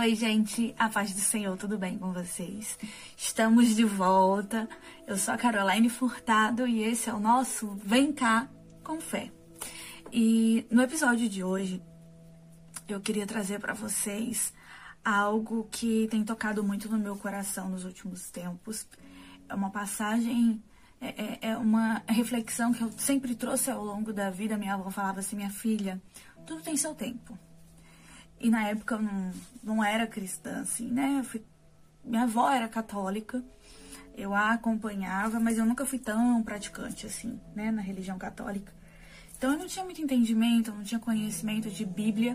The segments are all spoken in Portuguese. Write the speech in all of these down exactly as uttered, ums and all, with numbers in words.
Oi, gente, a paz do Senhor, tudo bem com vocês? Estamos de volta. Eu sou a Caroline Furtado e esse é o nosso Vem Cá com Fé. E no episódio de hoje, eu queria trazer para vocês algo que tem tocado muito no meu coração nos últimos tempos. É uma passagem, é, é uma reflexão que eu sempre trouxe ao longo da vida. Minha avó falava assim: minha filha, tudo tem seu tempo. E na época eu não, não era cristã, assim, né? Eu fui, minha avó era católica, eu a acompanhava, mas eu nunca fui tão praticante, assim, né? Na religião católica. Então eu não tinha muito entendimento, eu não tinha conhecimento de Bíblia.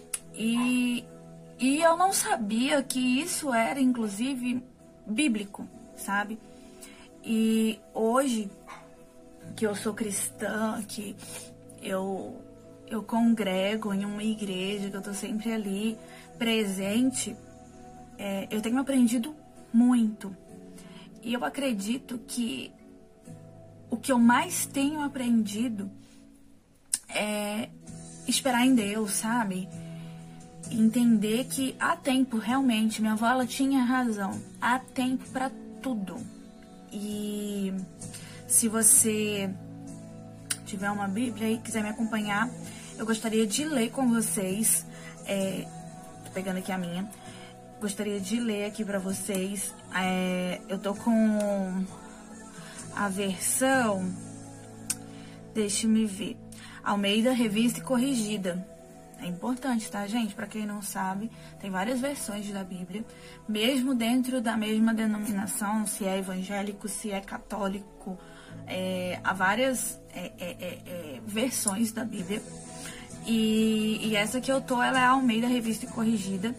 E, e eu não sabia que isso era, inclusive, bíblico, sabe? E hoje, que eu sou cristã, que eu... eu congrego em uma igreja, que eu tô sempre ali presente, é, eu tenho aprendido muito. E eu acredito que o que eu mais tenho aprendido é esperar em Deus, sabe? Entender que há tempo, realmente. Minha avó, ela tinha razão. Há tempo pra tudo. E se você tiver uma Bíblia e quiser me acompanhar, eu gostaria de ler com vocês, é, tô pegando aqui a minha, gostaria de ler aqui pra vocês, é, eu tô com a versão, deixe-me ver, Almeida Revista e Corrigida. É importante, tá, gente? Pra quem não sabe, tem várias versões da Bíblia, mesmo dentro da mesma denominação, se é evangélico, se é católico, é, há várias é, é, é, é, versões da Bíblia. E, e essa que eu tô, ela é a Almeida Revista e Corrigida.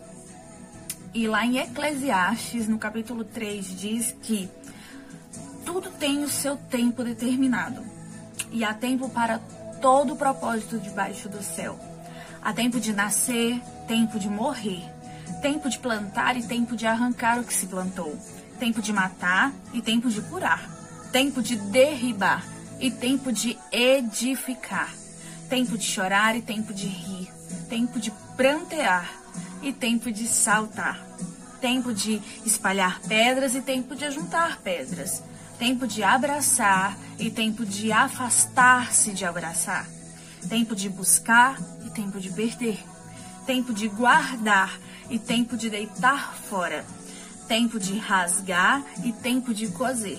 E lá em Eclesiastes, no capítulo três, diz que tudo tem o seu tempo determinado. E há tempo para todo o propósito debaixo do céu. Há tempo de nascer, tempo de morrer. Tempo de plantar e tempo de arrancar o que se plantou. Tempo de matar e tempo de curar. Tempo de derribar e tempo de edificar. Tempo de chorar e tempo de rir. Tempo de prantear e tempo de saltar. Tempo de espalhar pedras e tempo de ajuntar pedras. Tempo de abraçar e tempo de afastar-se de abraçar. Tempo de buscar e tempo de perder. Tempo de guardar e tempo de deitar fora. Tempo de rasgar e tempo de coser.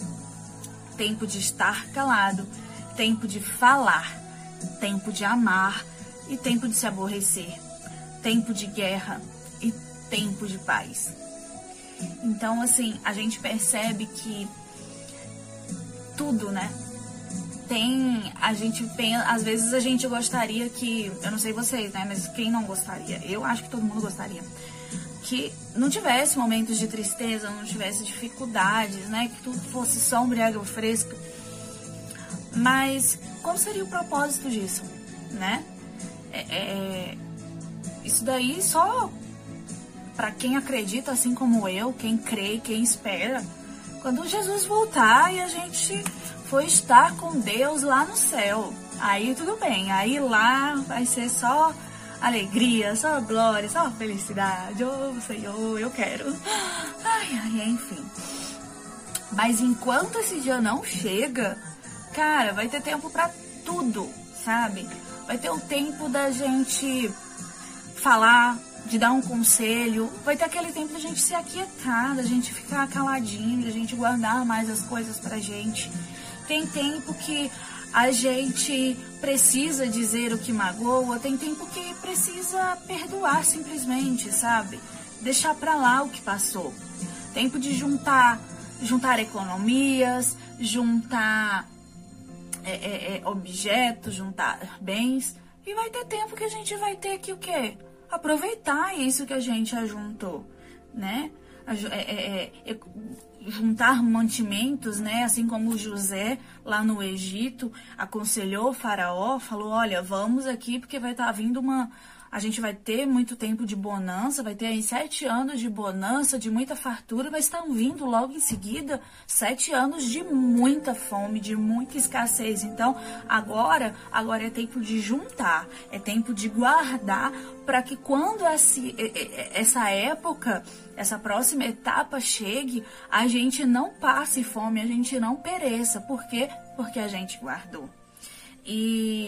Tempo de estar calado, tempo de falar, tempo de amar e tempo de se aborrecer, tempo de guerra e tempo de paz. Então, assim, a gente percebe que tudo, né? Tem, a gente pensa, às vezes a gente gostaria que, eu não sei vocês, né? Mas quem não gostaria? Eu acho que todo mundo gostaria. Que não tivesse momentos de tristeza, não tivesse dificuldades, né? Que tudo fosse sombra e água fresca. Mas qual seria o propósito disso, né? É, é, isso daí só para quem acredita, assim como eu, quem crê, quem espera, quando Jesus voltar e a gente for estar com Deus lá no céu. Aí tudo bem, aí lá vai ser só alegria, só glória, só felicidade. Oh, Senhor, eu quero. Ai, ai, enfim. Mas enquanto esse dia não chega, cara, vai ter tempo pra tudo, sabe? Vai ter o tempo da gente falar, de dar um conselho. Vai ter aquele tempo da gente se aquietar, da gente ficar caladinho, da gente guardar mais as coisas pra gente. Tem tempo que a gente precisa dizer o que magoa, tem tempo que precisa perdoar simplesmente, sabe? Deixar pra lá o que passou. Tempo de juntar, juntar economias, juntar é, é, é, objetos, juntar bens. E vai ter tempo que a gente vai ter que o quê? Aproveitar isso que a gente ajuntou, né? É, é, é, juntar mantimentos, né? Assim como José lá no Egito aconselhou o faraó, falou: olha, vamos aqui porque vai estar vindo uma, a gente vai ter muito tempo de bonança, vai ter aí sete anos de bonança, de muita fartura, mas estão vindo logo em seguida sete anos de muita fome, de muita escassez. Então, agora, agora é tempo de juntar, é tempo de guardar para que quando esse, essa época, essa próxima etapa chegue, a gente não passe fome, a gente não pereça. Por quê? Porque a gente guardou. E...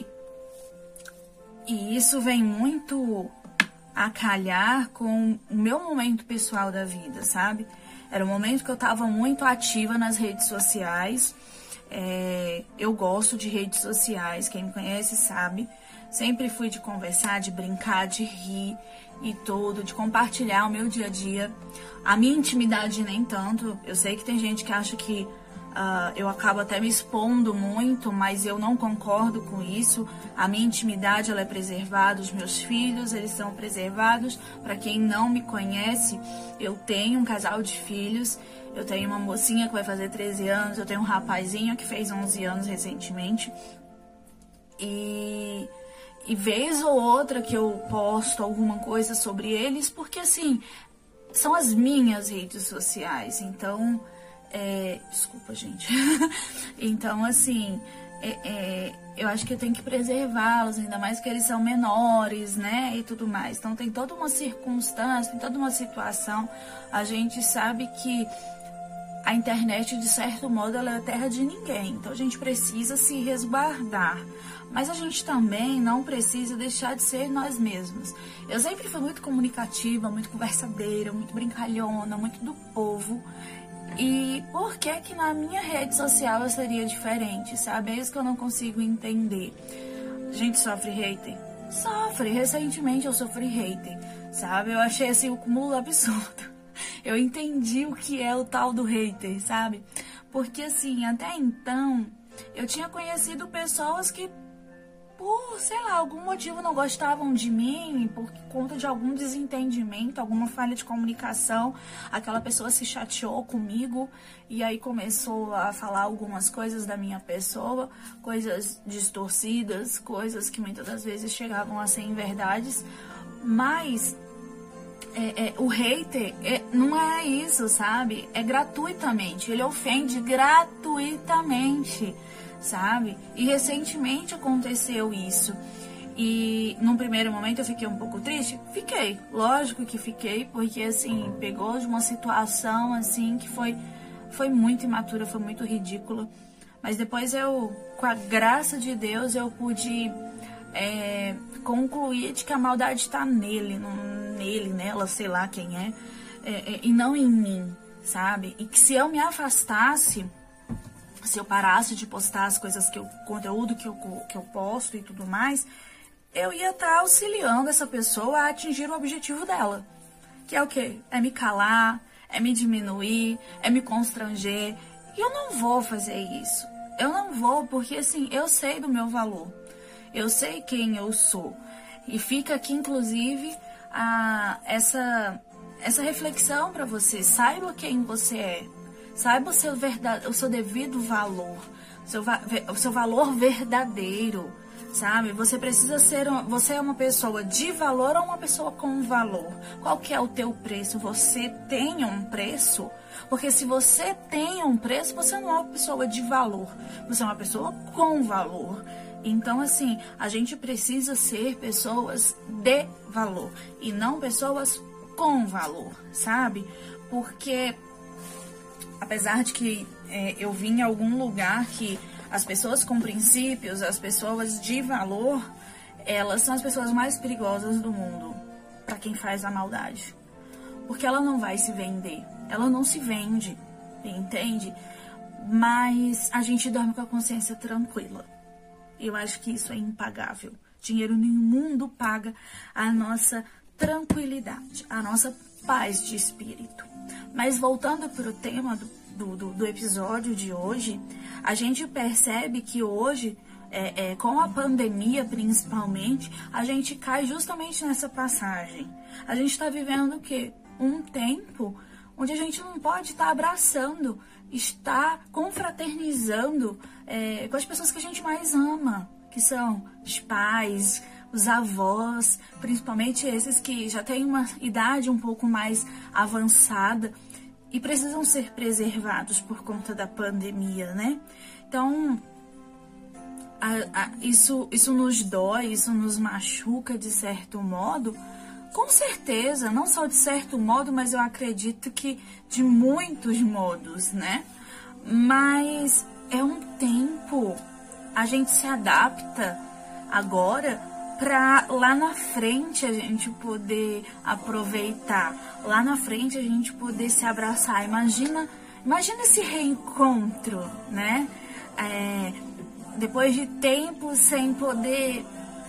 E isso vem muito a calhar com o meu momento pessoal da vida, sabe? Era um momento que eu estava muito ativa nas redes sociais. É, eu gosto de redes sociais, quem me conhece sabe. Sempre fui de conversar, de brincar, de rir e tudo, de compartilhar o meu dia a dia. A minha intimidade nem tanto. Eu sei que tem gente que acha que Uh, eu acabo até me expondo muito, mas eu não concordo com isso. A minha intimidade ela é preservada, os meus filhos eles são preservados. Para quem não me conhece, eu tenho um casal de filhos, eu tenho uma mocinha que vai fazer treze anos, eu tenho um rapazinho que fez onze anos recentemente. E, e vez ou outra que eu posto alguma coisa sobre eles, porque assim, são as minhas redes sociais, então... É, desculpa, gente. Então, assim, é, é, eu acho que eu tenho que preservá-los, ainda mais que eles são menores, né? E tudo mais. Então, tem toda uma circunstância, tem toda uma situação. A gente sabe que a internet, de certo modo, ela é a terra de ninguém. Então, a gente precisa se resguardar. Mas a gente também não precisa deixar de ser nós mesmos. Eu sempre fui muito comunicativa, muito conversadeira, muito brincalhona, muito do povo. E por que que na minha rede social eu seria diferente, sabe? É isso que eu não consigo entender. A gente sofre hater? Sofre. Recentemente eu sofri hater, sabe? Eu achei assim o cúmulo absurdo. Eu entendi o que é o tal do hater, sabe? Porque assim, até então, eu tinha conhecido pessoas que, por, sei lá, algum motivo não gostavam de mim, por conta de algum desentendimento, alguma falha de comunicação, aquela pessoa se chateou comigo e aí começou a falar algumas coisas da minha pessoa, coisas distorcidas, coisas que muitas das vezes chegavam a ser inverdades, mas é, é, o hater é, não é isso, sabe? É gratuitamente, ele ofende gratuitamente, sabe? E recentemente aconteceu isso. E num primeiro momento eu fiquei um pouco triste? Fiquei, lógico que fiquei, porque assim, pegou de uma situação assim que foi, foi muito imatura, foi muito ridícula. Mas depois eu, com a graça de Deus, eu pude é, concluir de que a maldade está nele, não, nele, nela, sei lá quem é, é, é, e não em mim, sabe? E que se eu me afastasse, se eu parasse de postar as coisas que eu, conteúdo que eu, que eu posto e tudo mais, eu ia estar auxiliando essa pessoa a atingir o objetivo dela. Que é o quê? É me calar, é me diminuir, é me constranger. E eu não vou fazer isso. Eu não vou, porque assim, eu sei do meu valor. Eu sei quem eu sou. E fica aqui, inclusive, a, essa, essa reflexão para você. Saiba quem você é. Saiba o seu, verdade, o seu devido valor, o seu, o seu valor verdadeiro, sabe? Você precisa ser, uma, você é uma pessoa de valor ou uma pessoa com valor? Qual que é o teu preço? Você tem um preço? Porque se você tem um preço, você não é uma pessoa de valor, você é uma pessoa com valor. Então, assim, a gente precisa ser pessoas de valor e não pessoas com valor, sabe? Porque... apesar de que é, eu vim em algum lugar que as pessoas com princípios, as pessoas de valor, elas são as pessoas mais perigosas do mundo para quem faz a maldade. Porque ela não vai se vender, ela não se vende, entende? Mas a gente dorme com a consciência tranquila. Eu acho que isso é impagável. Dinheiro nenhum mundo paga a nossa tranquilidade, a nossa paz de espírito. Mas voltando para o tema do, do, do episódio de hoje, a gente percebe que hoje, é, é, com a pandemia principalmente, a gente cai justamente nessa passagem. A gente está vivendo o quê? Um tempo onde a gente não pode estar abraçando, estar confraternizando é, com as pessoas que a gente mais ama, que são os pais, os avós, principalmente esses que já têm uma idade um pouco mais avançada e precisam ser preservados por conta da pandemia, né? Então, a, a, isso, isso nos dói, isso nos machuca de certo modo, com certeza, não só de certo modo, mas eu acredito que de muitos modos, né? Mas é um tempo, a gente se adapta agora para lá na frente a gente poder aproveitar, lá na frente a gente poder se abraçar. Imagina, imagina esse reencontro, né? É, depois de tempo sem poder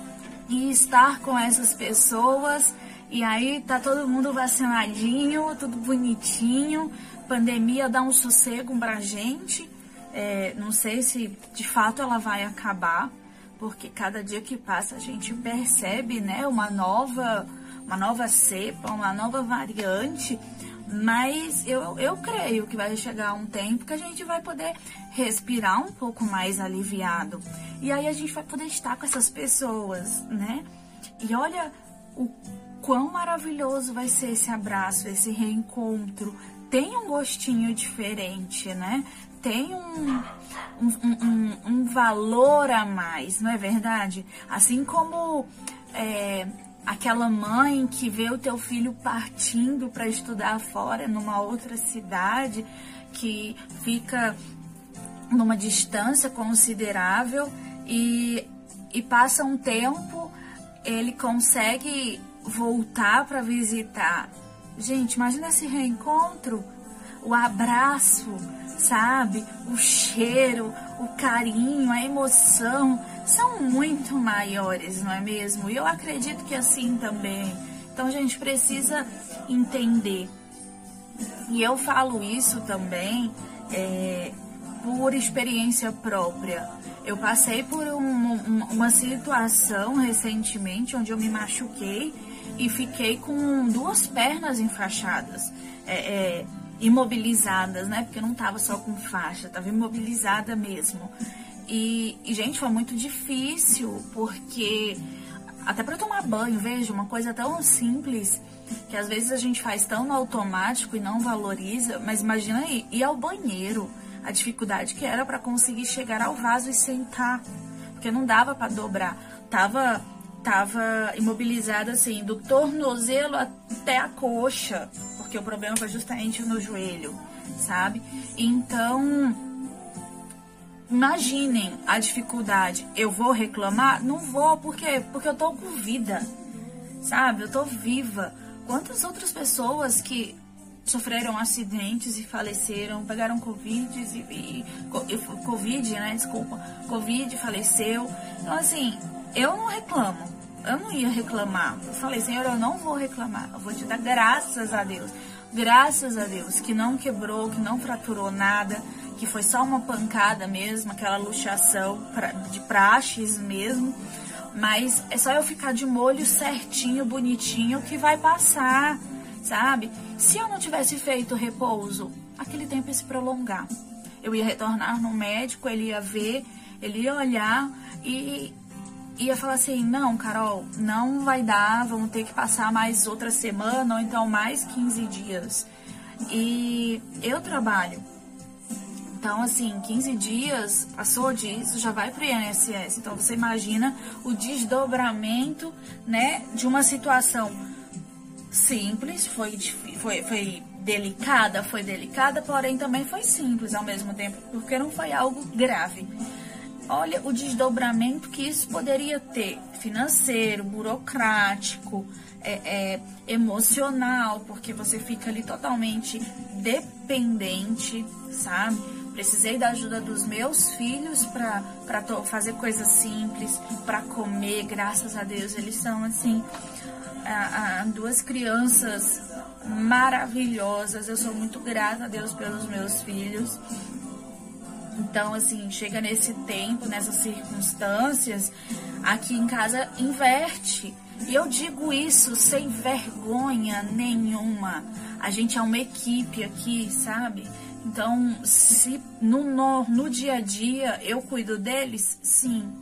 ir estar com essas pessoas, e aí tá todo mundo vacinadinho, tudo bonitinho, pandemia dá um sossego pra gente. É, não sei se de fato ela vai acabar, porque cada dia que passa a gente percebe, né, uma nova, uma nova cepa, uma nova variante, mas eu, eu creio que vai chegar um tempo que a gente vai poder respirar um pouco mais aliviado, e aí a gente vai poder estar com essas pessoas, né? E olha o quão maravilhoso vai ser esse abraço, esse reencontro. Tem um gostinho diferente, né? Tem um, um, um, um valor a mais, não é verdade? Assim como é, aquela mãe que vê o teu filho partindo para estudar fora, numa outra cidade, que fica numa distância considerável e, e passa um tempo, ele consegue voltar para visitar. Gente, imagina esse reencontro, o abraço, sabe? O cheiro, o carinho, a emoção são muito maiores, não é mesmo? E eu acredito que assim também. Então a gente precisa entender. E eu falo isso também é, por experiência própria. Eu passei por um, um, uma situação recentemente onde eu me machuquei e fiquei com duas pernas enfaixadas, é, é, imobilizadas, né? Porque eu não tava só com faixa, tava imobilizada mesmo. E, e gente, foi muito difícil, porque até para tomar banho, veja, uma coisa tão simples, que às vezes a gente faz tão no automático e não valoriza, mas imagina aí, ir ao banheiro, a dificuldade que era para conseguir chegar ao vaso e sentar, porque não dava para dobrar, tava... Tava imobilizada assim, do tornozelo até a coxa, porque o problema foi justamente no joelho, sabe? Então, imaginem a dificuldade. Eu vou reclamar? Não vou, por quê? Porque eu tô com vida, sabe? Eu tô viva. Quantas outras pessoas que sofreram acidentes e faleceram, pegaram Covid e, e, e Covid, né? Desculpa, Covid, faleceu. Então, assim, eu não reclamo. Eu não ia reclamar. Eu falei, Senhor, eu não vou reclamar. Eu vou te dar graças a Deus. Graças a Deus que não quebrou, que não fraturou nada, que foi só uma pancada mesmo, aquela luxação de praxes mesmo. Mas é só eu ficar de molho certinho, bonitinho, que vai passar, sabe? Se eu não tivesse feito repouso, aquele tempo ia se prolongar. Eu ia retornar no médico, ele ia ver, ele ia olhar e ia falar assim, não, Carol, não vai dar, vamos ter que passar mais outra semana ou então mais quinze dias. E eu trabalho. Então, assim, quinze dias, passou disso, já vai para o I N S S. Então, você imagina o desdobramento, né, de uma situação simples, foi, foi, foi delicada, foi delicada, porém também foi simples ao mesmo tempo, porque não foi algo grave. Olha o desdobramento que isso poderia ter, financeiro, burocrático, é, é, emocional, porque você fica ali totalmente dependente, sabe? Precisei da ajuda dos meus filhos para fazer coisas simples, para comer, graças a Deus, eles são assim, a, a, duas crianças maravilhosas, eu sou muito grata a Deus pelos meus filhos. Então, assim, chega nesse tempo, nessas circunstâncias, aqui em casa inverte. E eu digo isso sem vergonha nenhuma. A gente é uma equipe aqui, sabe? Então, se no, no, no dia a dia eu cuido deles, sim.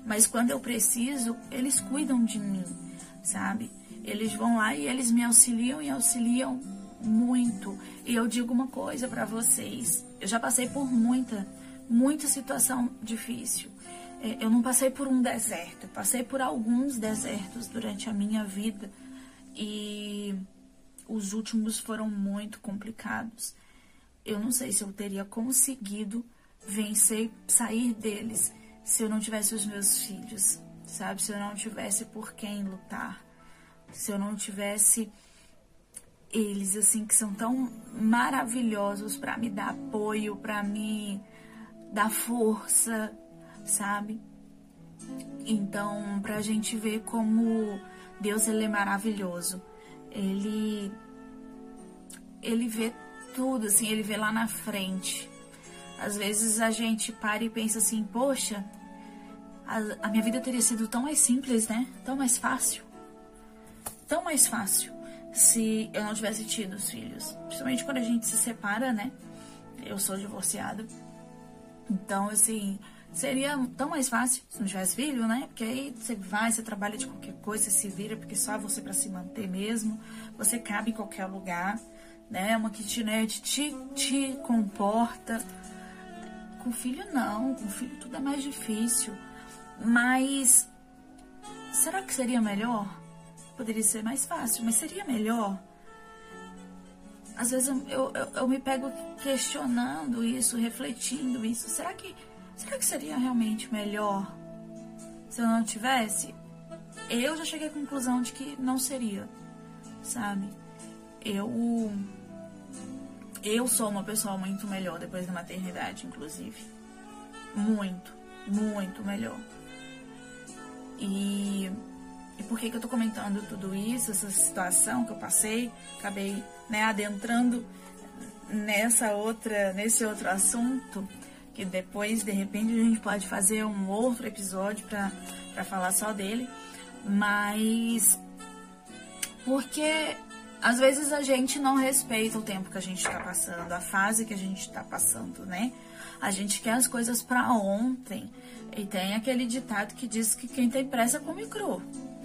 Mas quando eu preciso, eles cuidam de mim, sabe? Eles vão lá e eles me auxiliam e auxiliam muito. E eu digo uma coisa pra vocês. Eu já passei por muita, muita situação difícil. Eu não passei por um deserto. Eu passei por alguns desertos durante a minha vida. E os últimos foram muito complicados. Eu não sei se eu teria conseguido vencer, sair deles, se eu não tivesse os meus filhos, sabe? Se eu não tivesse por quem lutar. Se eu não tivesse eles, assim, que são tão maravilhosos para me dar apoio, para me dar força, sabe? Então, pra gente ver como Deus, ele é maravilhoso. Ele, ele vê tudo, assim, ele vê lá na frente. Às vezes a gente para e pensa assim, poxa, a, a minha vida teria sido tão mais simples, né? Tão mais fácil. Tão mais fácil se eu não tivesse tido os filhos. Principalmente quando a gente se separa, né? Eu sou divorciada. Então, assim, seria tão mais fácil se não tivesse filho, né? Porque aí você vai, você trabalha de qualquer coisa, você se vira, porque só você pra se manter mesmo. Você cabe em qualquer lugar, né? Uma kitnet te, te comporta. Com filho, não. Com filho tudo é mais difícil. Mas será que seria melhor? Poderia ser mais fácil, mas seria melhor? Às vezes eu, eu, eu me pego questionando isso, refletindo isso. Será que, será que seria realmente melhor se eu não tivesse? Eu já cheguei à conclusão de que não seria, sabe? Eu, eu sou uma pessoa muito melhor depois da maternidade, inclusive. Muito, muito melhor. E... E por que que eu tô comentando tudo isso, essa situação que eu passei, acabei, né, adentrando nessa outra, nesse outro assunto, que depois, de repente, a gente pode fazer um outro episódio pra, pra falar só dele, mas porque às vezes a gente não respeita o tempo que a gente tá passando, a fase que a gente tá passando, né? A gente quer as coisas pra ontem, e tem aquele ditado que diz que quem tem pressa come cru.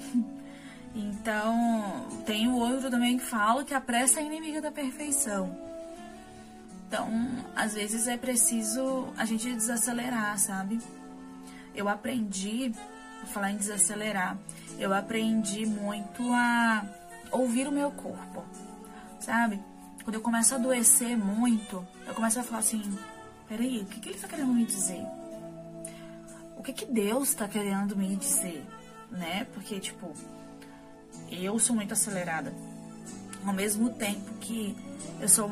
Então, tem o outro também que fala que a pressa é inimiga da perfeição. Então, às vezes é preciso a gente desacelerar, sabe? Eu aprendi, vou falar em desacelerar, eu aprendi muito a ouvir o meu corpo, sabe? Quando eu começo a adoecer muito, eu começo a falar assim, peraí, o que, que ele tá querendo me dizer? O que que Deus tá querendo me dizer? Né? Porque, tipo, eu sou muito acelerada. Ao mesmo tempo que eu sou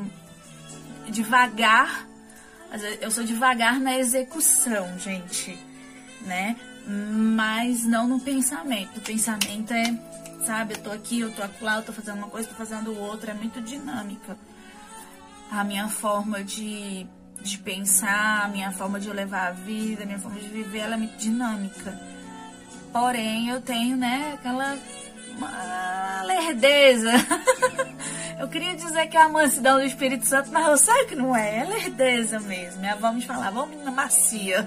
devagar, eu sou devagar na execução, gente, né? Mas não no pensamento. O pensamento é, sabe, eu tô aqui, eu tô acolá, eu tô fazendo uma coisa, tô fazendo outra. É muito dinâmica. A minha forma de, de pensar, a minha forma de levar a vida, a minha forma de viver, ela é muito dinâmica. Porém, eu tenho, né, aquela uma lerdeza. Eu queria dizer que é a mansidão do Espírito Santo, mas eu sei que não é. É lerdeza mesmo. É, vamos falar, vamos menina macia.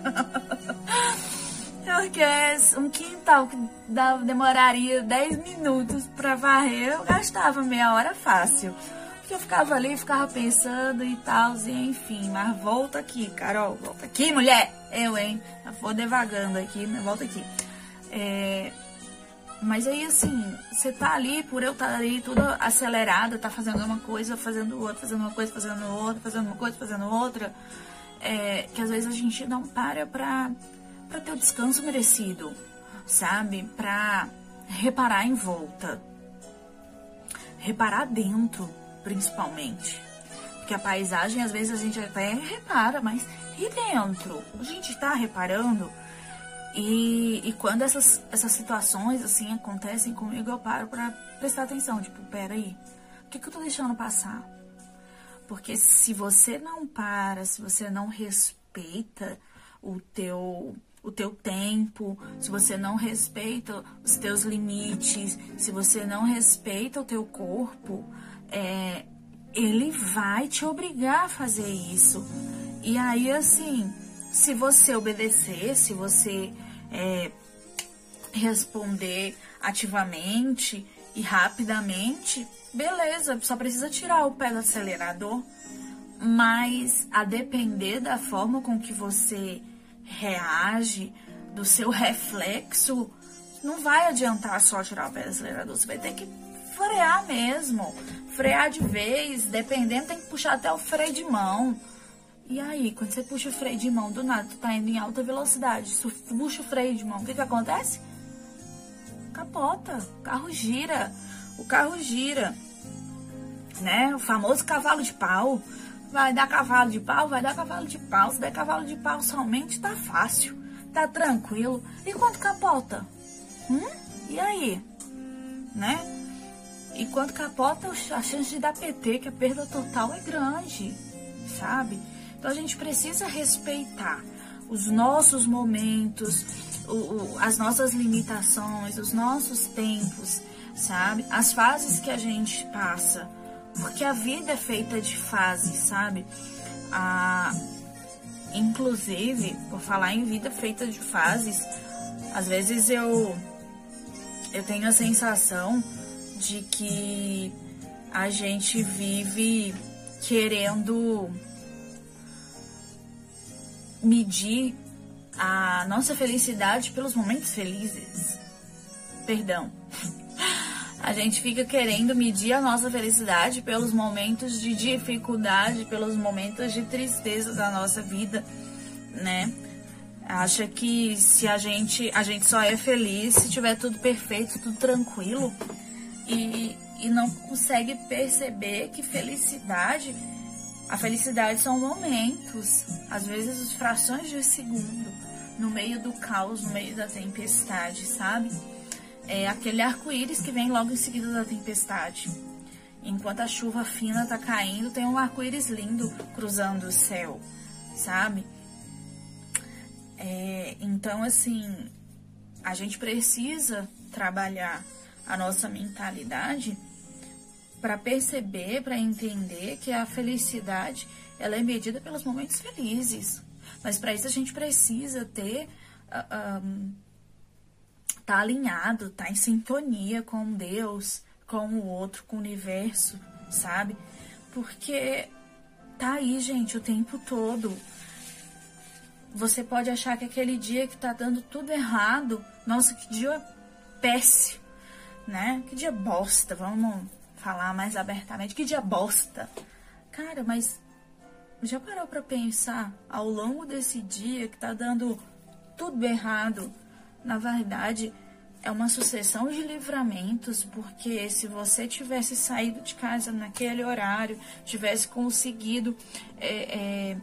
Porque um quintal que dá, demoraria dez minutos pra varrer, eu gastava meia hora fácil. Porque eu ficava ali, ficava pensando e tal, e enfim. Mas volta aqui, Carol, volta aqui, mulher. Eu, hein? Eu vou devagando aqui, mas volta aqui. É, mas aí, assim, você tá ali, por eu estar tá ali, tudo acelerada, tá fazendo uma coisa, fazendo outra, fazendo uma coisa, fazendo outra, fazendo uma coisa, fazendo outra, é, que às vezes a gente não para pra, pra ter o descanso merecido, sabe? Pra reparar em volta. Reparar dentro, principalmente. Porque a paisagem, às vezes, a gente até repara, mas e dentro? A gente tá reparando? E, e quando essas, essas situações, assim, acontecem comigo, eu paro pra prestar atenção. Tipo, peraí, o que que eu tô deixando passar? Porque se você não para, se você não respeita o teu, o teu tempo, se você não respeita os teus limites, se você não respeita o teu corpo, é, ele vai te obrigar a fazer isso. E aí, assim, se você obedecer, se você... É, responder ativamente e rapidamente, beleza, só precisa tirar o pé do acelerador. Mas a depender da forma com que você reage, do seu reflexo, não vai adiantar só tirar o pé do acelerador. Você vai ter que frear mesmo, frear de vez, dependendo, tem que puxar até o freio de mão. E aí, quando você puxa o freio de mão, do nada, tu tá indo em alta velocidade, se puxa o freio de mão, o que que acontece? Capota, o carro gira, o carro gira, né? O famoso cavalo de pau. Vai dar cavalo de pau, vai dar cavalo de pau. Se der cavalo de pau somente, tá fácil, tá tranquilo. E quando capota? Hum? E aí? Né? E quando capota, a chance de dar P T, que a perda total é grande, sabe? Então a gente precisa respeitar os nossos momentos, o, o, as nossas limitações, os nossos tempos, sabe? As fases que a gente passa. Porque a vida é feita de fases, sabe? Ah, inclusive, por falar em vida feita de fases, às vezes eu, eu tenho a sensação de que a gente vive querendo medir a nossa felicidade pelos momentos felizes. Perdão. A gente fica querendo medir a nossa felicidade pelos momentos de dificuldade, pelos momentos de tristeza da nossa vida, né? Acha que se a gente, a gente só é feliz se tiver tudo perfeito, tudo tranquilo, e, e não consegue perceber que felicidade, a felicidade são momentos, às vezes frações de segundo, no meio do caos, no meio da tempestade, sabe? É aquele arco-íris que vem logo em seguida da tempestade. Enquanto a chuva fina tá caindo, tem um arco-íris lindo cruzando o céu, sabe? É, então, assim, a gente precisa trabalhar a nossa mentalidade para perceber, para entender que a felicidade, ela é medida pelos momentos felizes. Mas para isso a gente precisa ter... Uh, um, tá alinhado, tá em sintonia com Deus, com o outro, com o universo, sabe? Porque tá aí, gente, o tempo todo. Você pode achar que aquele dia que tá dando tudo errado, nossa, que dia péssimo, né? Que dia bosta, vamos falar mais abertamente, que dia bosta. Cara, mas já parou pra pensar, ao longo desse dia que tá dando tudo errado, na verdade, é uma sucessão de livramentos, porque se você tivesse saído de casa naquele horário, tivesse conseguido é, é,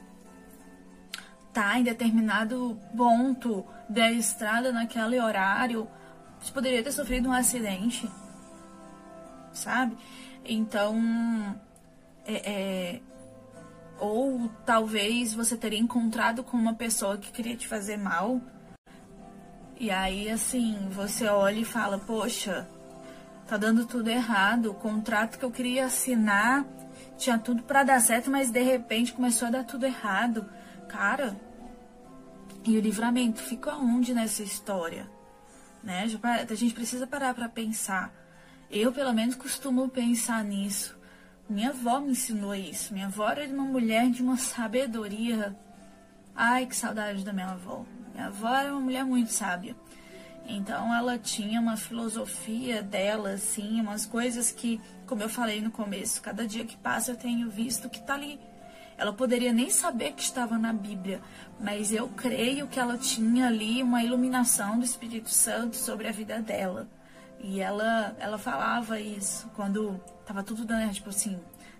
tá em determinado ponto da estrada naquele horário, você poderia ter sofrido um acidente, sabe? Então, é, é, ou talvez você teria encontrado com uma pessoa que queria te fazer mal. E aí, assim, você olha e fala, poxa, tá dando tudo errado, o contrato que eu queria assinar tinha tudo pra dar certo, mas de repente começou a dar tudo errado. Cara, e o livramento fica onde nessa história? Né? A gente precisa parar pra pensar. Eu, pelo menos, costumo pensar nisso. Minha avó me ensinou isso. Minha avó era uma mulher de uma sabedoria. Ai, que saudade da minha avó. Minha avó era uma mulher muito sábia. Então, ela tinha uma filosofia dela, assim, umas coisas que, como eu falei no começo, cada dia que passa eu tenho visto que tá ali. Ela poderia nem saber que estava na Bíblia, mas eu creio que ela tinha ali uma iluminação do Espírito Santo sobre a vida dela. E ela, ela falava isso quando tava tudo dando, tipo assim...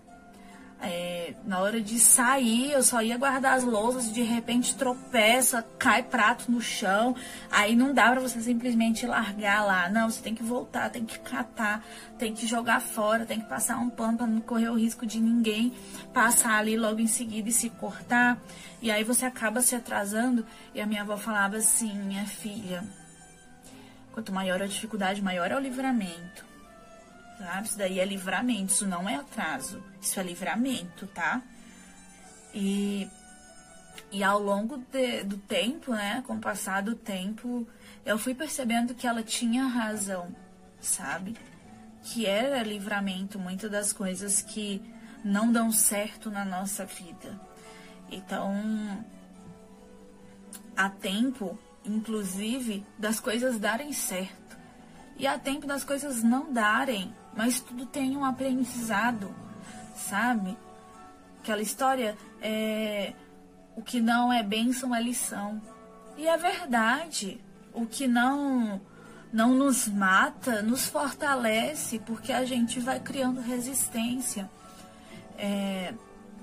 É, na hora de sair, eu só ia guardar as louças e de repente tropeça, cai prato no chão. Aí não dá pra você simplesmente largar lá. Não, você tem que voltar, tem que catar, tem que jogar fora, tem que passar um pano pra não correr o risco de ninguém passar ali logo em seguida e se cortar. E aí você acaba se atrasando. E a minha avó falava assim, minha filha, quanto maior a dificuldade, maior é o livramento. Sabe? Isso daí é livramento, isso não é atraso, isso é livramento, tá? E E ao longo de, do tempo, né, com o passar do tempo, eu fui percebendo que ela tinha razão, sabe? Que era livramento muitas das coisas que não dão certo na nossa vida. Então, há tempo, inclusive, das coisas darem certo. E há tempo das coisas não darem, mas tudo tem um aprendizado, sabe? Aquela história, é, o que não é bênção é lição. E é verdade, o que não, não nos mata, nos fortalece, porque a gente vai criando resistência. É,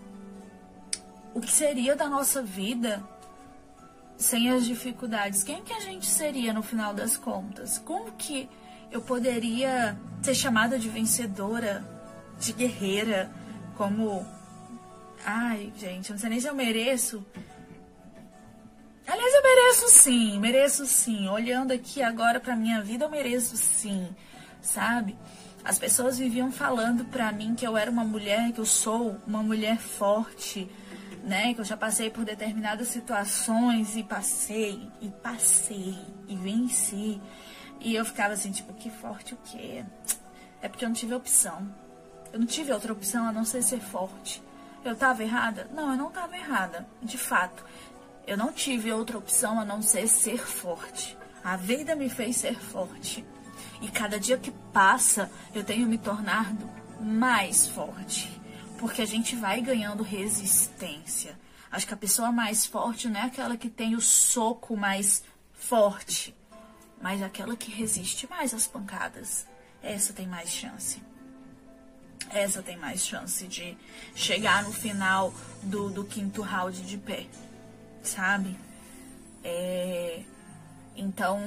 o que seria da nossa vida sem as dificuldades? Quem que a gente seria no final das contas? Como que eu poderia ser chamada de vencedora, de guerreira, como... Ai, gente, eu não sei nem se eu mereço. Aliás, eu mereço sim, mereço sim. Olhando aqui agora pra minha vida, eu mereço sim, sabe? As pessoas viviam falando pra mim que eu era uma mulher, que eu sou uma mulher forte, né? Que eu já passei por determinadas situações e passei, e passei, e venci. E eu ficava assim, tipo, que forte o quê? É porque eu não tive opção. Eu não tive outra opção a não ser ser forte. Eu tava errada? Não, eu não tava errada, de fato. Eu não tive outra opção a não ser ser forte. A vida me fez ser forte. E cada dia que passa, eu tenho me tornado mais forte. Porque a gente vai ganhando resistência. Acho que a pessoa mais forte não é aquela que tem o soco mais forte, mas aquela que resiste mais às pancadas. Essa tem mais chance. Essa tem mais chance de chegar no final do, do quinto round de pé, sabe? É, então,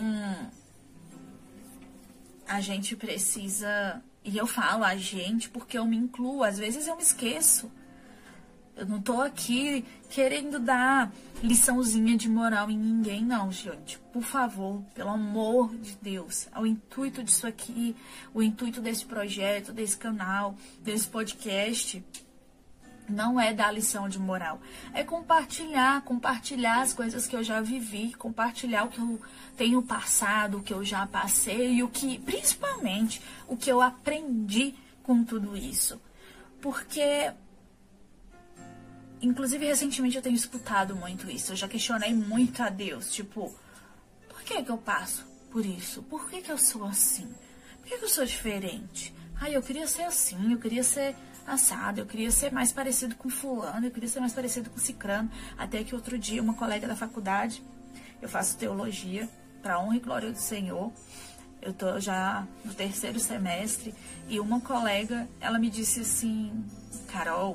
a gente precisa... E eu falo a gente porque eu me incluo. Às vezes eu me esqueço. Eu não tô aqui querendo dar liçãozinha de moral em ninguém, não, gente. Por favor, pelo amor de Deus. O intuito disso aqui, o intuito desse projeto, desse canal, desse podcast, não é dar lição de moral. É compartilhar, compartilhar as coisas que eu já vivi, compartilhar o que eu tenho passado, o que eu já passei e o que, principalmente, o que eu aprendi com tudo isso. Porque... Inclusive, recentemente eu tenho escutado muito isso. Eu já questionei muito a Deus. Tipo, por que que eu passo por isso? Por que que eu sou assim? Por que que eu sou diferente? Ai, eu queria ser assim, eu queria ser assado, eu queria ser mais parecido com fulano, eu queria ser mais parecido com cicrano. Até que outro dia, uma colega da faculdade, eu faço teologia, pra honra e glória do Senhor. Eu tô já no terceiro semestre. E uma colega, ela me disse assim, Carol...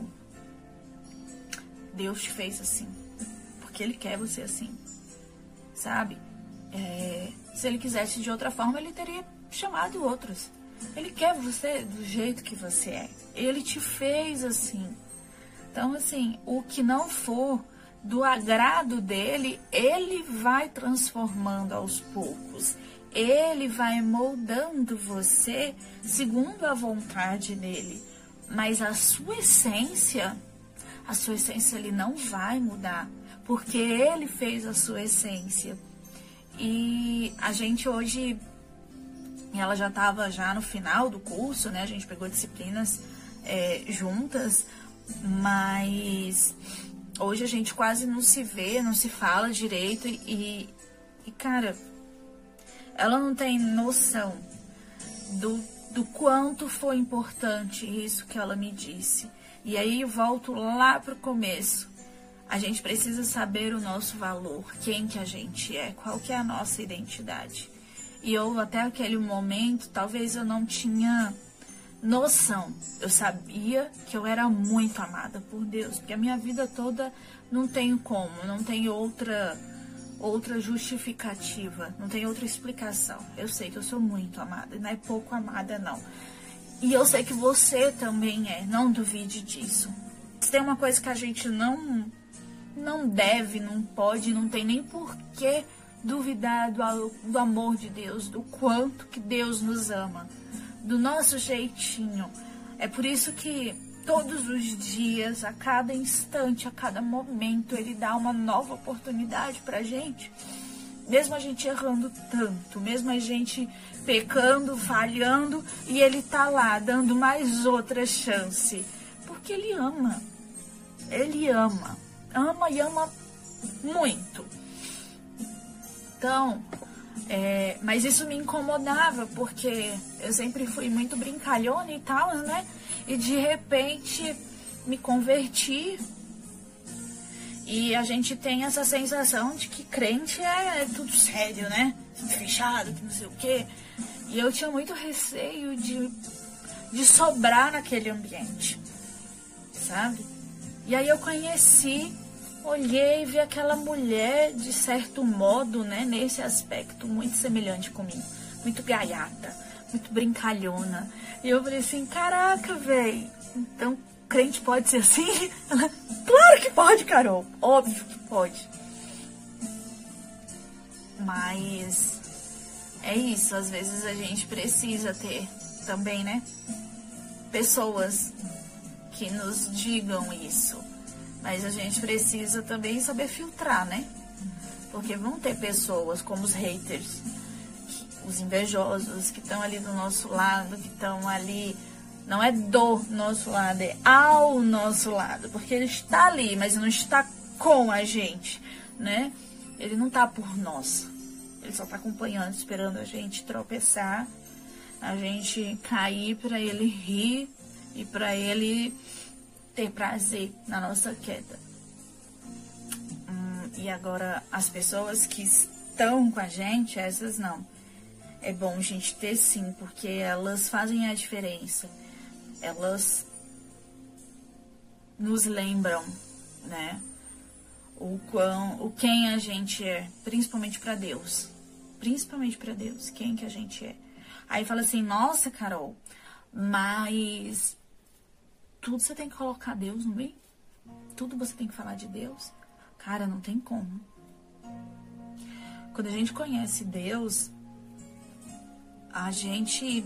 Deus te fez assim, porque Ele quer você assim, sabe? É, se Ele quisesse de outra forma, Ele teria chamado outros. Ele quer você do jeito que você é. Ele te fez assim. Então, assim, o que não for do agrado dEle, Ele vai transformando aos poucos. Ele vai moldando você segundo a vontade dEle. Mas a sua essência... A sua essência ele não vai mudar, porque ele fez a sua essência. E a gente hoje, ela já estava já no final do curso, né? A gente pegou disciplinas é, juntas, mas hoje a gente quase não se vê, não se fala direito. E, e cara, ela não tem noção do, do quanto foi importante isso que ela me disse. E aí eu volto lá pro começo. A gente precisa saber o nosso valor, quem que a gente é, qual que é a nossa identidade. E eu até aquele momento, talvez eu não tinha noção. Eu sabia que eu era muito amada por Deus, porque a minha vida toda não tenho como, não tem outra, outra justificativa, não tem outra explicação. Eu sei que eu sou muito amada, e não é pouco amada não. E eu sei que você também é, não duvide disso. Se tem uma coisa que a gente não, não deve, não pode, não tem nem por que duvidar do, do amor de Deus, do quanto que Deus nos ama, do nosso jeitinho. É por isso que todos os dias, a cada instante, a cada momento, Ele dá uma nova oportunidade pra gente. Mesmo a gente errando tanto, mesmo a gente pecando, falhando, e Ele tá lá dando mais outra chance. Porque Ele ama. Ele ama. Ama e ama muito. Então, é, mas isso me incomodava, porque eu sempre fui muito brincalhona e tal, né? E de repente me converti. E a gente tem essa sensação de que crente é, é tudo sério, né? Fechado, que não sei o quê. E eu tinha muito receio de, de sobrar naquele ambiente, sabe? E aí eu conheci, olhei e vi aquela mulher, de certo modo, né? Nesse aspecto, muito semelhante comigo. Muito gaiata, muito brincalhona. E eu falei assim, caraca, velho, então crente pode ser assim? Ela, claro que pode, Carol. Óbvio que pode. Mas é isso, às vezes a gente precisa ter também, né? Pessoas que nos digam isso. Mas a gente precisa também saber filtrar, né? Porque vão ter pessoas como os haters, os invejosos, que estão ali do nosso lado, que estão ali... Não é do nosso lado, é ao nosso lado. Porque ele está ali, mas não está com a gente, né? Ele não está por nós. Ele só está acompanhando, esperando a gente tropeçar, a gente cair para ele rir e para ele ter prazer na nossa queda. Hum, e agora, as pessoas que estão com a gente, essas não. É bom a gente ter sim, porque elas fazem a diferença. Elas nos lembram, né, o quão, o quem a gente é, principalmente para Deus, principalmente para Deus, quem que a gente é. Aí fala assim, nossa, Carol, mas tudo você tem que colocar Deus no meio? Tudo você tem que falar de Deus? Cara, não tem como. Quando a gente conhece Deus, a gente...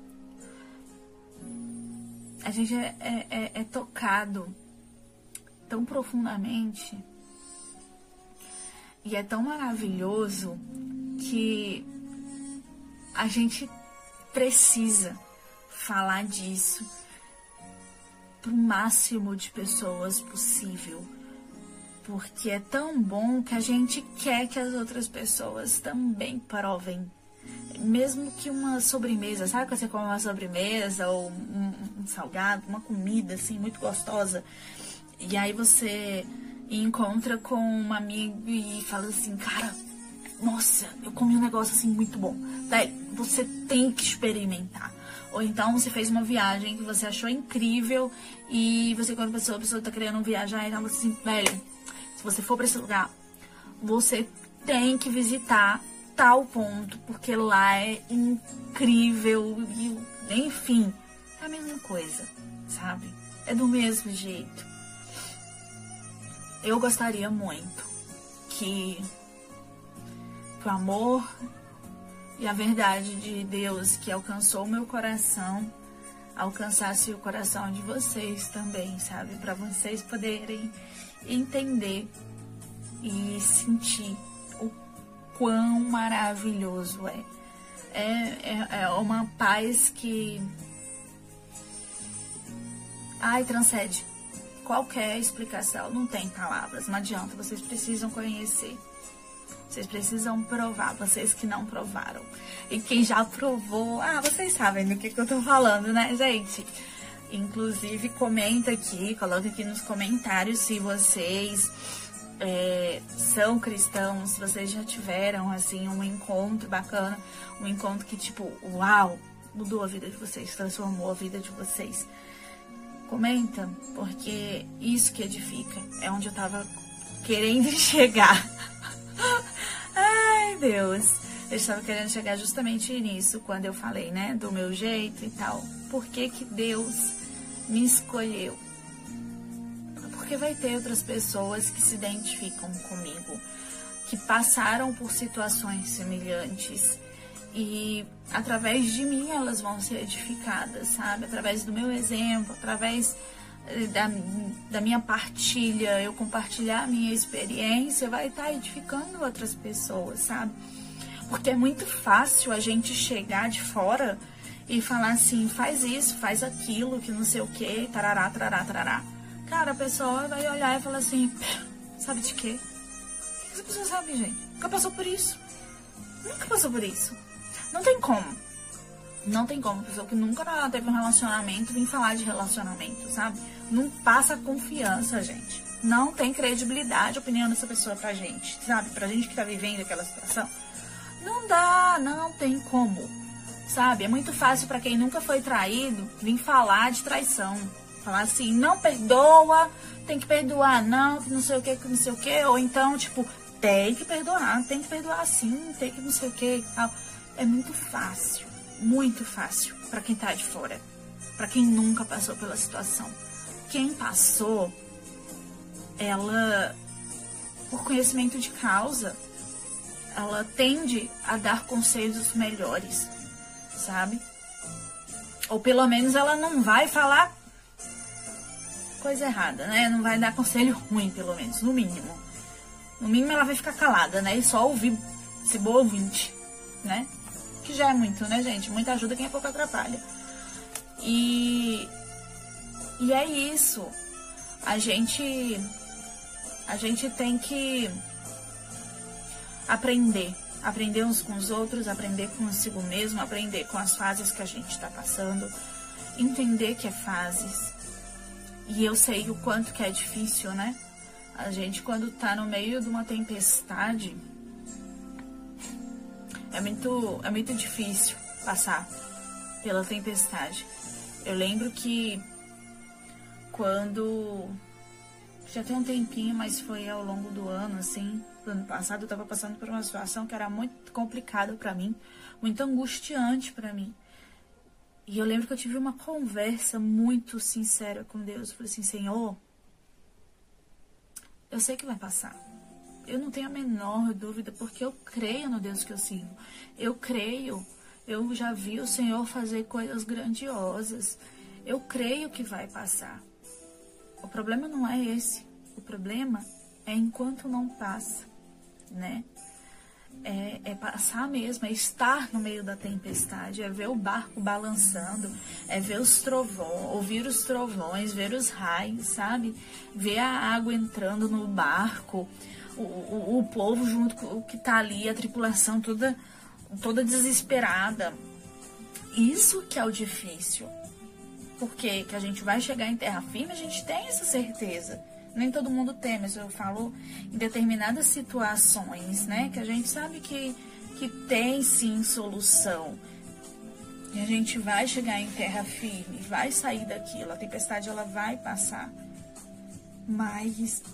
A gente é, é, é tocado tão profundamente e é tão maravilhoso que a gente precisa falar disso para o máximo de pessoas possível, porque é tão bom que a gente quer que as outras pessoas também provem. Mesmo que uma sobremesa, sabe quando você come uma sobremesa ou um, um salgado, uma comida assim muito gostosa, e aí você encontra com um amigo e fala assim, cara, nossa, eu comi um negócio assim muito bom, daí você tem que experimentar. Ou então você fez uma viagem que você achou incrível e você, quando a pessoa, a pessoa tá querendo viajar, e ela fala assim, velho, se você for pra esse lugar, você tem que visitar tal ponto, porque lá é incrível, e, enfim, é a mesma coisa, sabe? É do mesmo jeito. Eu gostaria muito que, que o amor e a verdade de Deus que alcançou o meu coração alcançasse o coração de vocês também, sabe? Para vocês poderem entender e sentir quão maravilhoso é. É, é, é uma paz que... Ai, transcende qualquer explicação. Não tem palavras, não adianta. Vocês precisam conhecer. Vocês precisam provar, vocês que não provaram. E quem já provou... Ah, vocês sabem do que, que eu tô falando, né, gente? Inclusive, comenta aqui, coloca aqui nos comentários se vocês... É, são cristãos, se vocês já tiveram assim um encontro bacana, um encontro que tipo, uau, mudou a vida de vocês, transformou a vida de vocês. Comenta, porque isso que edifica, é onde eu tava querendo chegar. Ai, Deus, eu estava querendo chegar justamente nisso, quando eu falei, né, do meu jeito e tal. Por que que Deus me escolheu? Porque vai ter outras pessoas que se identificam comigo, que passaram por situações semelhantes e através de mim elas vão ser edificadas, sabe? Através do meu exemplo, através da, da minha partilha, eu compartilhar a minha experiência, vai estar edificando outras pessoas, sabe? Porque é muito fácil a gente chegar de fora e falar assim, faz isso, faz aquilo, que não sei o que, tarará, tarará, tarará. Cara, a pessoa vai olhar e falar assim, sabe de quê? O que essa pessoa sabe, gente? Nunca passou por isso. Nunca passou por isso. Não tem como. Não tem como. Pessoa que nunca teve um relacionamento vir falar de relacionamento, sabe? Não passa confiança, gente. Não tem credibilidade a opinião dessa pessoa pra gente, sabe? Pra gente que tá vivendo aquela situação. Não dá, não tem como, sabe? É muito fácil pra quem nunca foi traído vir falar de traição. Falar assim, não perdoa, tem que perdoar, não, que não sei o que, que não sei o que. Ou então, tipo, tem que perdoar, tem que perdoar sim, tem que não sei o que. É muito fácil, muito fácil pra quem tá de fora. Pra quem nunca passou pela situação. Quem passou, ela, por conhecimento de causa, ela tende a dar conselhos melhores, sabe? Ou pelo menos ela não vai falar coisa errada, né? Não vai dar conselho ruim, pelo menos, no mínimo. No mínimo ela vai ficar calada, né? E só ouvir, ser boa ouvinte, né? Que já é muito, né, gente? Muita ajuda, quem é pouco atrapalha. E... E é isso. A gente... A gente tem que... aprender, aprender uns com os outros, aprender consigo mesmo, aprender com as fases que a gente está passando, entender que é fases. E eu sei o quanto que é difícil, né? A gente, quando tá no meio de uma tempestade, é muito, é muito difícil passar pela tempestade. Eu lembro que quando... já tem um tempinho, mas foi ao longo do ano, assim, do ano passado, eu tava passando por uma situação que era muito complicada pra mim, muito angustiante pra mim. E eu lembro que eu tive uma conversa muito sincera com Deus. Eu falei assim, Senhor, eu sei que vai passar. Eu não tenho a menor dúvida, porque eu creio no Deus que eu sirvo. Eu creio, eu já vi o Senhor fazer coisas grandiosas. Eu creio que vai passar. O problema não é esse. O problema é enquanto não passa, né? É, é passar mesmo, é estar no meio da tempestade, é ver o barco balançando, é ver os trovões, ouvir os trovões, ver os raios, sabe? Ver a água entrando no barco, o, o, o povo junto com o que tá ali, a tripulação toda, toda desesperada. Isso que é o difícil. Porque que a gente vai chegar em terra firme, a gente tem essa certeza. Nem todo mundo tem, mas eu falo em determinadas situações, né? Que a gente sabe que, que tem sim solução. E a gente vai chegar em terra firme, vai sair daquilo. A tempestade, ela vai passar. Mas...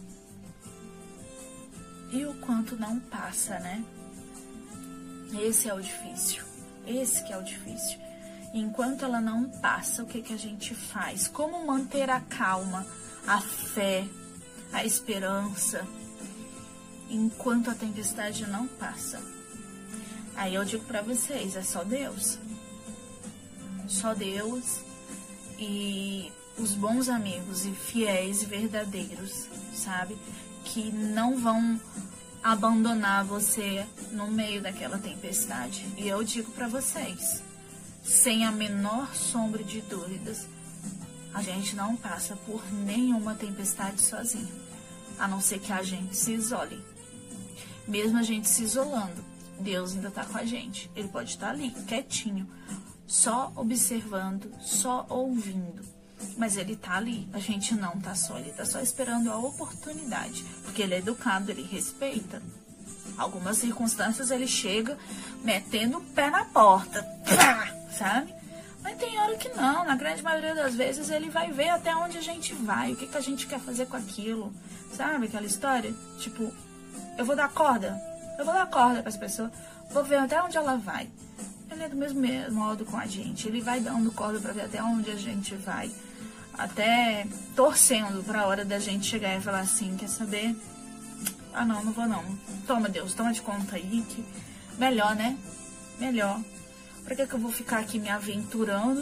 e o quanto não passa, né? Esse é o difícil. Esse que é o difícil. E enquanto ela não passa, o que, que a gente faz? Como manter a calma, a fé, a esperança, enquanto a tempestade não passa? Aí eu digo pra vocês, é só Deus. Só Deus e os bons amigos e fiéis e verdadeiros, sabe? Que não vão abandonar você no meio daquela tempestade. E eu digo pra vocês, sem a menor sombra de dúvidas, a gente não passa por nenhuma tempestade sozinho, a não ser que a gente se isole. Mesmo a gente se isolando, Deus ainda está com a gente. Ele pode estar ali, quietinho, só observando, só ouvindo. Mas ele está ali, a gente não está só, ele está só esperando a oportunidade. Porque ele é educado, ele respeita. Algumas circunstâncias ele chega metendo o pé na porta, sabe? Mas tem hora que não, na grande maioria das vezes ele vai ver até onde a gente vai, o que, que a gente quer fazer com aquilo, sabe? Aquela história, tipo, eu vou dar corda, eu vou dar corda para as pessoas, vou ver até onde ela vai. Ele é do mesmo modo com a gente, ele vai dando corda para ver até onde a gente vai, até torcendo para a hora da gente chegar e falar assim, quer saber? Ah não, não vou não, toma Deus, toma de conta aí, que melhor, né? Melhor. Pra que que eu vou ficar aqui me aventurando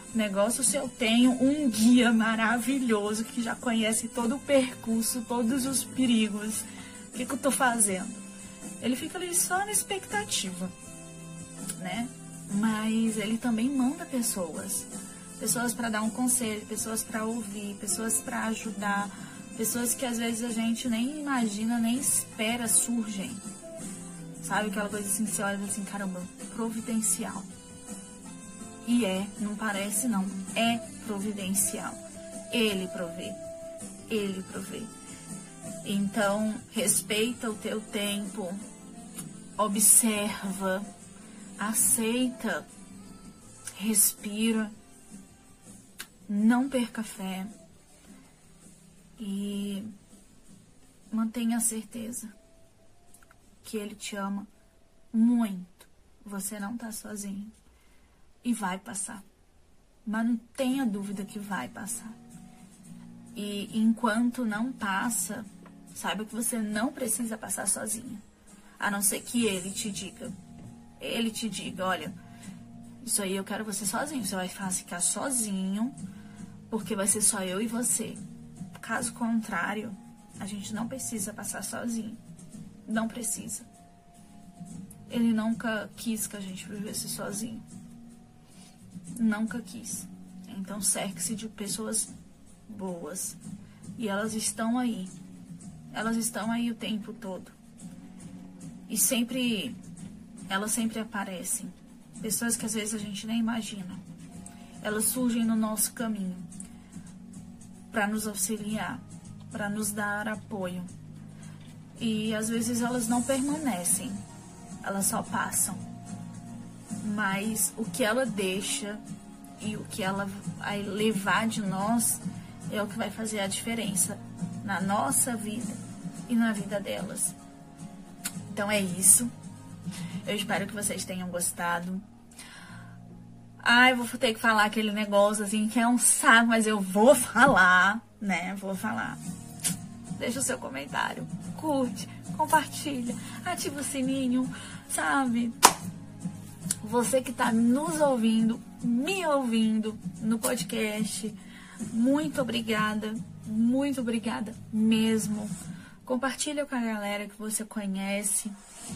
negócio se eu tenho um guia maravilhoso que já conhece todo o percurso, todos os perigos. O que, que eu tô fazendo? Ele fica ali só na expectativa, né? Mas ele também manda pessoas. Pessoas para dar um conselho, pessoas para ouvir, pessoas para ajudar, pessoas que às vezes a gente nem imagina, nem espera surgem. Sabe aquela coisa assim, você olha assim, caramba, providencial. E é, não parece não, é providencial. Ele provê, ele provê. Então, respeita o teu tempo, observa, aceita, respira, não perca fé e mantenha a certeza que ele te ama muito. Você não tá sozinho. E vai passar. Mas não tenha dúvida que vai passar. E enquanto não passa, saiba que você não precisa passar sozinho. A não ser que ele te diga. Ele te diga, olha, isso aí eu quero você sozinho. Você vai ficar sozinho, porque vai ser só eu e você. Caso contrário, a gente não precisa passar sozinho. Não precisa. Ele nunca quis que a gente vivesse sozinho. Nunca quis. Então cerque-se de pessoas boas. E elas estão aí. Elas estão aí o tempo todo. E sempre, elas sempre aparecem. Pessoas que às vezes a gente nem imagina. Elas surgem no nosso caminho para nos auxiliar, para nos dar apoio. E às vezes elas não permanecem. Elas só passam. Mas o que ela deixa e o que ela vai levar de nós é o que vai fazer a diferença na nossa vida e na vida delas. Então é isso. Eu espero que vocês tenham gostado. Ai, vou ter que falar aquele negócio assim que é um saco, mas eu vou falar, né? Vou falar. Deixa o seu comentário, curte, compartilha, ativa o sininho, sabe? Você que está nos ouvindo, me ouvindo no podcast, muito obrigada, muito obrigada mesmo. Compartilha com a galera que você conhece,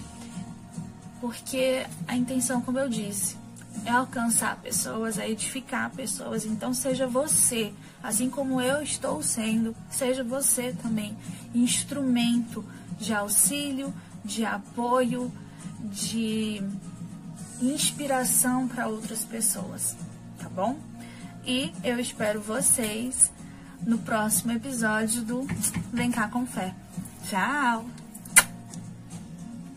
porque a intenção, como eu disse, é alcançar pessoas, é edificar pessoas. Então seja você, assim como eu estou sendo, seja você também instrumento de auxílio, de apoio, de inspiração para outras pessoas, tá bom? E eu espero vocês no próximo episódio do Vem Cá com Fé. Tchau!